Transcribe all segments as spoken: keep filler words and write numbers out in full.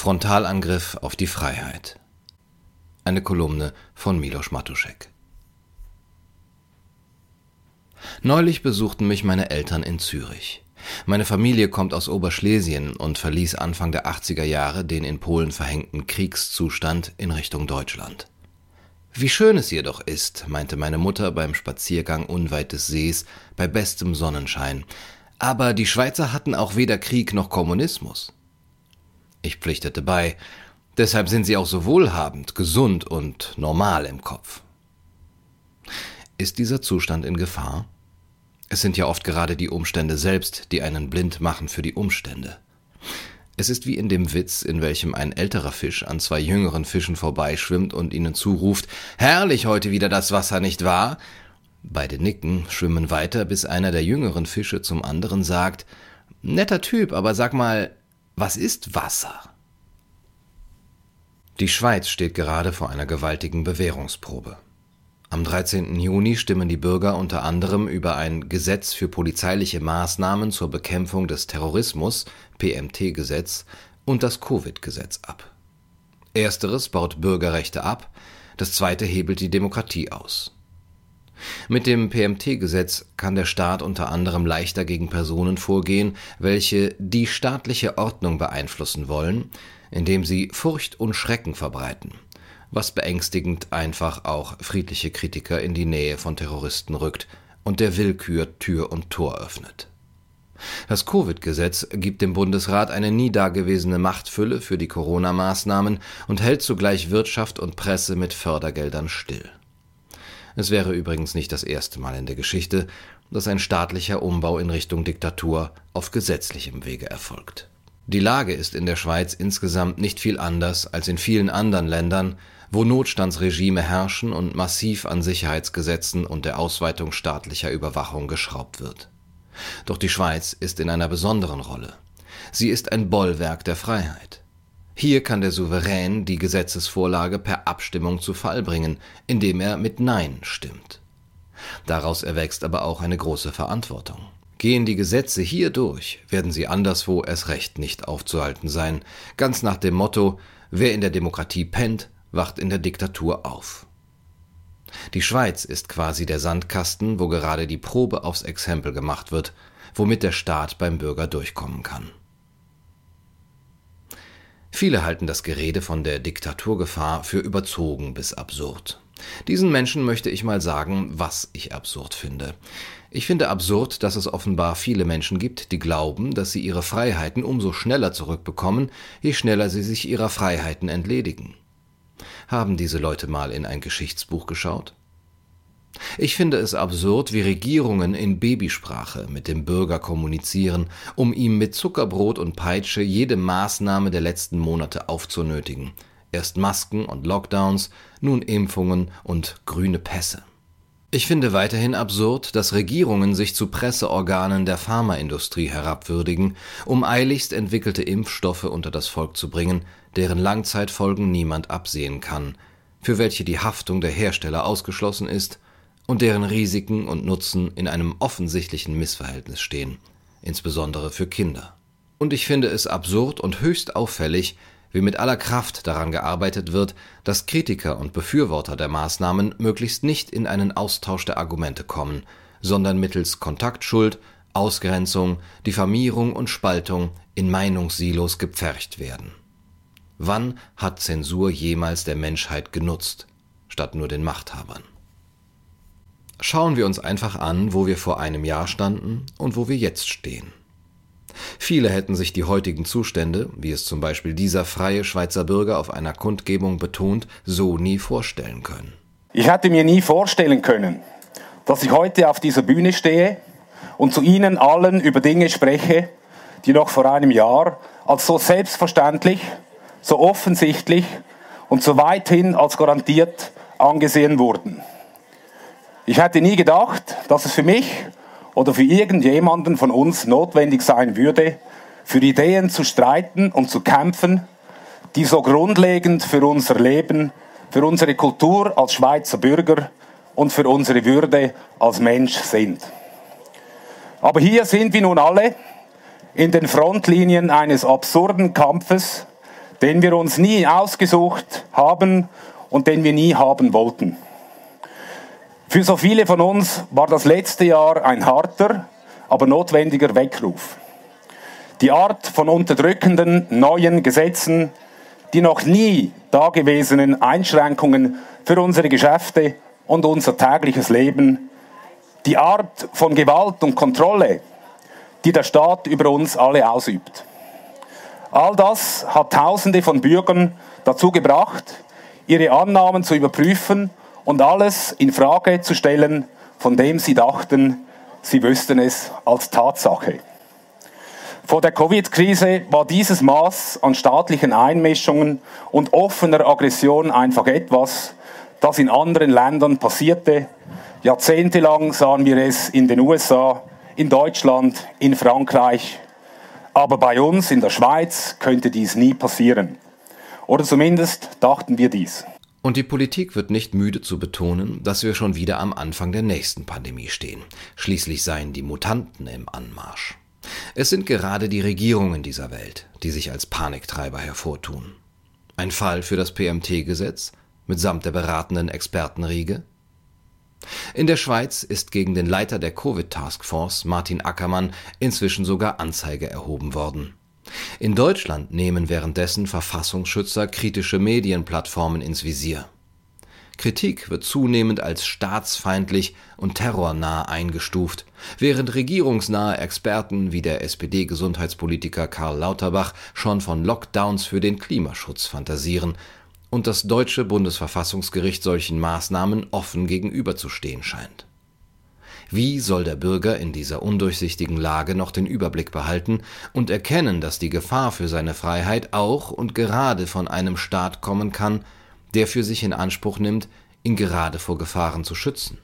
Frontalangriff auf die Freiheit. Eine Kolumne von Miloš Matušek. Neulich besuchten mich meine Eltern in Zürich. Meine Familie kommt aus Oberschlesien und verließ Anfang der achtziger Jahre den in Polen verhängten Kriegszustand in Richtung Deutschland. »Wie schön es hier doch ist«, meinte meine Mutter beim Spaziergang unweit des Sees bei bestem Sonnenschein. »Aber die Schweizer hatten auch weder Krieg noch Kommunismus.« Ich pflichtete bei, deshalb sind sie auch so wohlhabend, gesund und normal im Kopf. Ist dieser Zustand in Gefahr? Es sind ja oft gerade die Umstände selbst, die einen blind machen für die Umstände. Es ist wie in dem Witz, in welchem ein älterer Fisch an zwei jüngeren Fischen vorbeischwimmt und ihnen zuruft, »Herrlich heute wieder das Wasser, nicht wahr?« Beide nicken, schwimmen weiter, bis einer der jüngeren Fische zum anderen sagt, »Netter Typ, aber sag mal, was ist Wasser?« Die Schweiz steht gerade vor einer gewaltigen Bewährungsprobe. Am dreizehnten Juni stimmen die Bürger unter anderem über ein Gesetz für polizeiliche Maßnahmen zur Bekämpfung des Terrorismus, P M T-Gesetz, und das Covid-Gesetz ab. Ersteres baut Bürgerrechte ab, das zweite hebelt die Demokratie aus. Mit dem P M T-Gesetz kann der Staat unter anderem leichter gegen Personen vorgehen, welche die staatliche Ordnung beeinflussen wollen, indem sie Furcht und Schrecken verbreiten, was beängstigend einfach auch friedliche Kritiker in die Nähe von Terroristen rückt und der Willkür Tür und Tor öffnet. Das Covid-Gesetz gibt dem Bundesrat eine nie dagewesene Machtfülle für die Corona-Maßnahmen und hält zugleich Wirtschaft und Presse mit Fördergeldern still. Es wäre übrigens nicht das erste Mal in der Geschichte, dass ein staatlicher Umbau in Richtung Diktatur auf gesetzlichem Wege erfolgt. Die Lage ist in der Schweiz insgesamt nicht viel anders als in vielen anderen Ländern, wo Notstandsregime herrschen und massiv an Sicherheitsgesetzen und der Ausweitung staatlicher Überwachung geschraubt wird. Doch die Schweiz ist in einer besonderen Rolle. Sie ist ein Bollwerk der Freiheit. Hier kann der Souverän die Gesetzesvorlage per Abstimmung zu Fall bringen, indem er mit Nein stimmt. Daraus erwächst aber auch eine große Verantwortung. Gehen die Gesetze hier durch, werden sie anderswo erst recht nicht aufzuhalten sein, ganz nach dem Motto, wer in der Demokratie pennt, wacht in der Diktatur auf. Die Schweiz ist quasi der Sandkasten, wo gerade die Probe aufs Exempel gemacht wird, womit der Staat beim Bürger durchkommen kann. Viele halten das Gerede von der Diktaturgefahr für überzogen bis absurd. Diesen Menschen möchte ich mal sagen, was ich absurd finde. Ich finde absurd, dass es offenbar viele Menschen gibt, die glauben, dass sie ihre Freiheiten umso schneller zurückbekommen, je schneller sie sich ihrer Freiheiten entledigen. Haben diese Leute mal in ein Geschichtsbuch geschaut? Ich finde es absurd, wie Regierungen in Babysprache mit dem Bürger kommunizieren, um ihm mit Zuckerbrot und Peitsche jede Maßnahme der letzten Monate aufzunötigen. Erst Masken und Lockdowns, nun Impfungen und grüne Pässe. Ich finde weiterhin absurd, dass Regierungen sich zu Presseorganen der Pharmaindustrie herabwürdigen, um eiligst entwickelte Impfstoffe unter das Volk zu bringen, deren Langzeitfolgen niemand absehen kann, für welche die Haftung der Hersteller ausgeschlossen ist und deren Risiken und Nutzen in einem offensichtlichen Missverhältnis stehen, insbesondere für Kinder. Und ich finde es absurd und höchst auffällig, wie mit aller Kraft daran gearbeitet wird, dass Kritiker und Befürworter der Maßnahmen möglichst nicht in einen Austausch der Argumente kommen, sondern mittels Kontaktschuld, Ausgrenzung, Diffamierung und Spaltung in Meinungssilos gepfercht werden. Wann hat Zensur jemals der Menschheit genutzt, statt nur den Machthabern? Schauen wir uns einfach an, wo wir vor einem Jahr standen und wo wir jetzt stehen. Viele hätten sich die heutigen Zustände, wie es zum Beispiel dieser freie Schweizer Bürger auf einer Kundgebung betont, so nie vorstellen können. Ich hätte mir nie vorstellen können, dass ich heute auf dieser Bühne stehe und zu Ihnen allen über Dinge spreche, die noch vor einem Jahr als so selbstverständlich, so offensichtlich und so weithin als garantiert angesehen wurden. Ich hätte nie gedacht, dass es für mich oder für irgendjemanden von uns notwendig sein würde, für Ideen zu streiten und zu kämpfen, die so grundlegend für unser Leben, für unsere Kultur als Schweizer Bürger und für unsere Würde als Mensch sind. Aber hier sind wir nun alle in den Frontlinien eines absurden Kampfes, den wir uns nie ausgesucht haben und den wir nie haben wollten. Für so viele von uns war das letzte Jahr ein harter, aber notwendiger Weckruf. Die Art von unterdrückenden neuen Gesetzen, die noch nie dagewesenen Einschränkungen für unsere Geschäfte und unser tägliches Leben, die Art von Gewalt und Kontrolle, die der Staat über uns alle ausübt. All das hat Tausende von Bürgern dazu gebracht, ihre Annahmen zu überprüfen und alles in Frage zu stellen, von dem sie dachten, sie wüssten es als Tatsache. Vor der Covid-Krise war dieses Maß an staatlichen Einmischungen und offener Aggression einfach etwas, das in anderen Ländern passierte. Jahrzehntelang sahen wir es in den U S A, in Deutschland, in Frankreich. Aber bei uns in der Schweiz könnte dies nie passieren. Oder zumindest dachten wir dies. Und die Politik wird nicht müde zu betonen, dass wir schon wieder am Anfang der nächsten Pandemie stehen. Schließlich seien die Mutanten im Anmarsch. Es sind gerade die Regierungen dieser Welt, die sich als Paniktreiber hervortun. Ein Fall für das P M T-Gesetz mitsamt der beratenden Expertenriege? In der Schweiz ist gegen den Leiter der Covid-Taskforce, Martin Ackermann, inzwischen sogar Anzeige erhoben worden. In Deutschland nehmen währenddessen Verfassungsschützer kritische Medienplattformen ins Visier. Kritik wird zunehmend als staatsfeindlich und terrornah eingestuft, während regierungsnahe Experten wie der S P D-Gesundheitspolitiker Karl Lauterbach schon von Lockdowns für den Klimaschutz fantasieren und das deutsche Bundesverfassungsgericht solchen Maßnahmen offen gegenüberzustehen scheint. Wie soll der Bürger in dieser undurchsichtigen Lage noch den Überblick behalten und erkennen, dass die Gefahr für seine Freiheit auch und gerade von einem Staat kommen kann, der für sich in Anspruch nimmt, ihn gerade vor Gefahren zu schützen?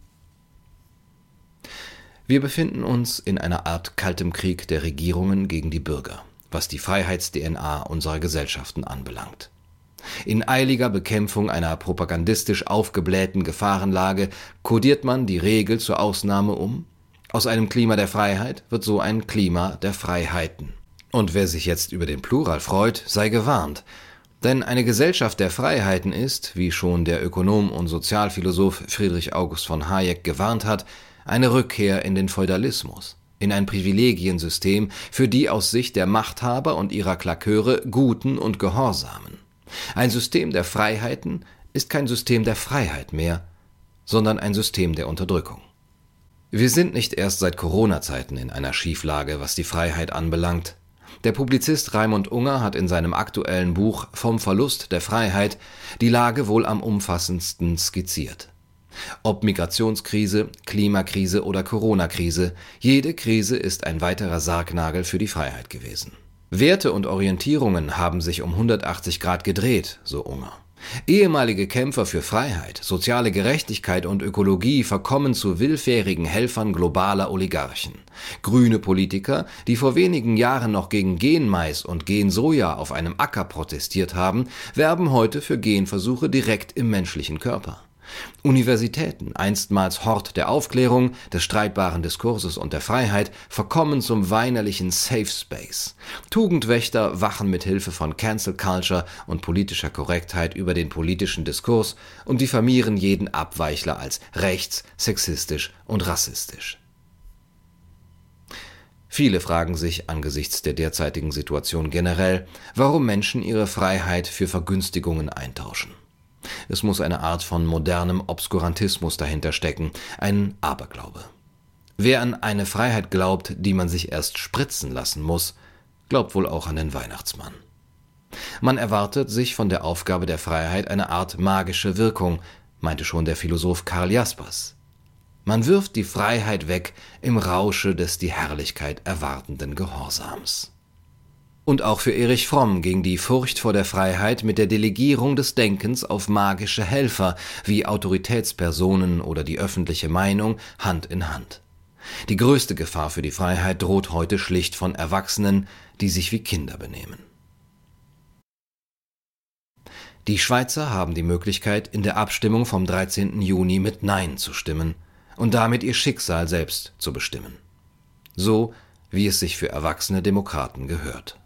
Wir befinden uns in einer Art kaltem Krieg der Regierungen gegen die Bürger, was die Freiheits-D N A unserer Gesellschaften anbelangt. In eiliger Bekämpfung einer propagandistisch aufgeblähten Gefahrenlage kodiert man die Regel zur Ausnahme um. Aus einem Klima der Freiheit wird so ein Klima der Freiheiten. Und wer sich jetzt über den Plural freut, sei gewarnt. Denn eine Gesellschaft der Freiheiten ist, wie schon der Ökonom und Sozialphilosoph Friedrich August von Hayek gewarnt hat, eine Rückkehr in den Feudalismus, in ein Privilegiensystem für die aus Sicht der Machthaber und ihrer Klaköre Guten und Gehorsamen. Ein System der Freiheiten ist kein System der Freiheit mehr, sondern ein System der Unterdrückung. Wir sind nicht erst seit Corona-Zeiten in einer Schieflage, was die Freiheit anbelangt. Der Publizist Raimund Unger hat in seinem aktuellen Buch Vom Verlust der Freiheit die Lage wohl am umfassendsten skizziert. Ob Migrationskrise, Klimakrise oder Corona-Krise, jede Krise ist ein weiterer Sargnagel für die Freiheit gewesen. Werte und Orientierungen haben sich um hundertachtzig Grad gedreht, so Unger. Ehemalige Kämpfer für Freiheit, soziale Gerechtigkeit und Ökologie verkommen zu willfährigen Helfern globaler Oligarchen. Grüne Politiker, die vor wenigen Jahren noch gegen Genmais und Gensoja auf einem Acker protestiert haben, werben heute für Genversuche direkt im menschlichen Körper. Universitäten, einstmals Hort der Aufklärung, des streitbaren Diskurses und der Freiheit, verkommen zum weinerlichen Safe Space. Tugendwächter wachen mit Hilfe von Cancel Culture und politischer Korrektheit über den politischen Diskurs und diffamieren jeden Abweichler als rechts, sexistisch und rassistisch. Viele fragen sich angesichts der derzeitigen Situation generell, warum Menschen ihre Freiheit für Vergünstigungen eintauschen. Es muss eine Art von modernem Obskurantismus dahinter stecken, ein Aberglaube. Wer an eine Freiheit glaubt, die man sich erst spritzen lassen muss, glaubt wohl auch an den Weihnachtsmann. Man erwartet sich von der Aufgabe der Freiheit eine Art magische Wirkung, meinte schon der Philosoph Karl Jaspers. Man wirft die Freiheit weg im Rausche des die Herrlichkeit erwartenden Gehorsams. Und auch für Erich Fromm ging die Furcht vor der Freiheit mit der Delegierung des Denkens auf magische Helfer wie Autoritätspersonen oder die öffentliche Meinung Hand in Hand. Die größte Gefahr für die Freiheit droht heute schlicht von Erwachsenen, die sich wie Kinder benehmen. Die Schweizer haben die Möglichkeit, in der Abstimmung vom dreizehnten Juni mit Nein zu stimmen und damit ihr Schicksal selbst zu bestimmen. So, wie es sich für erwachsene Demokraten gehört.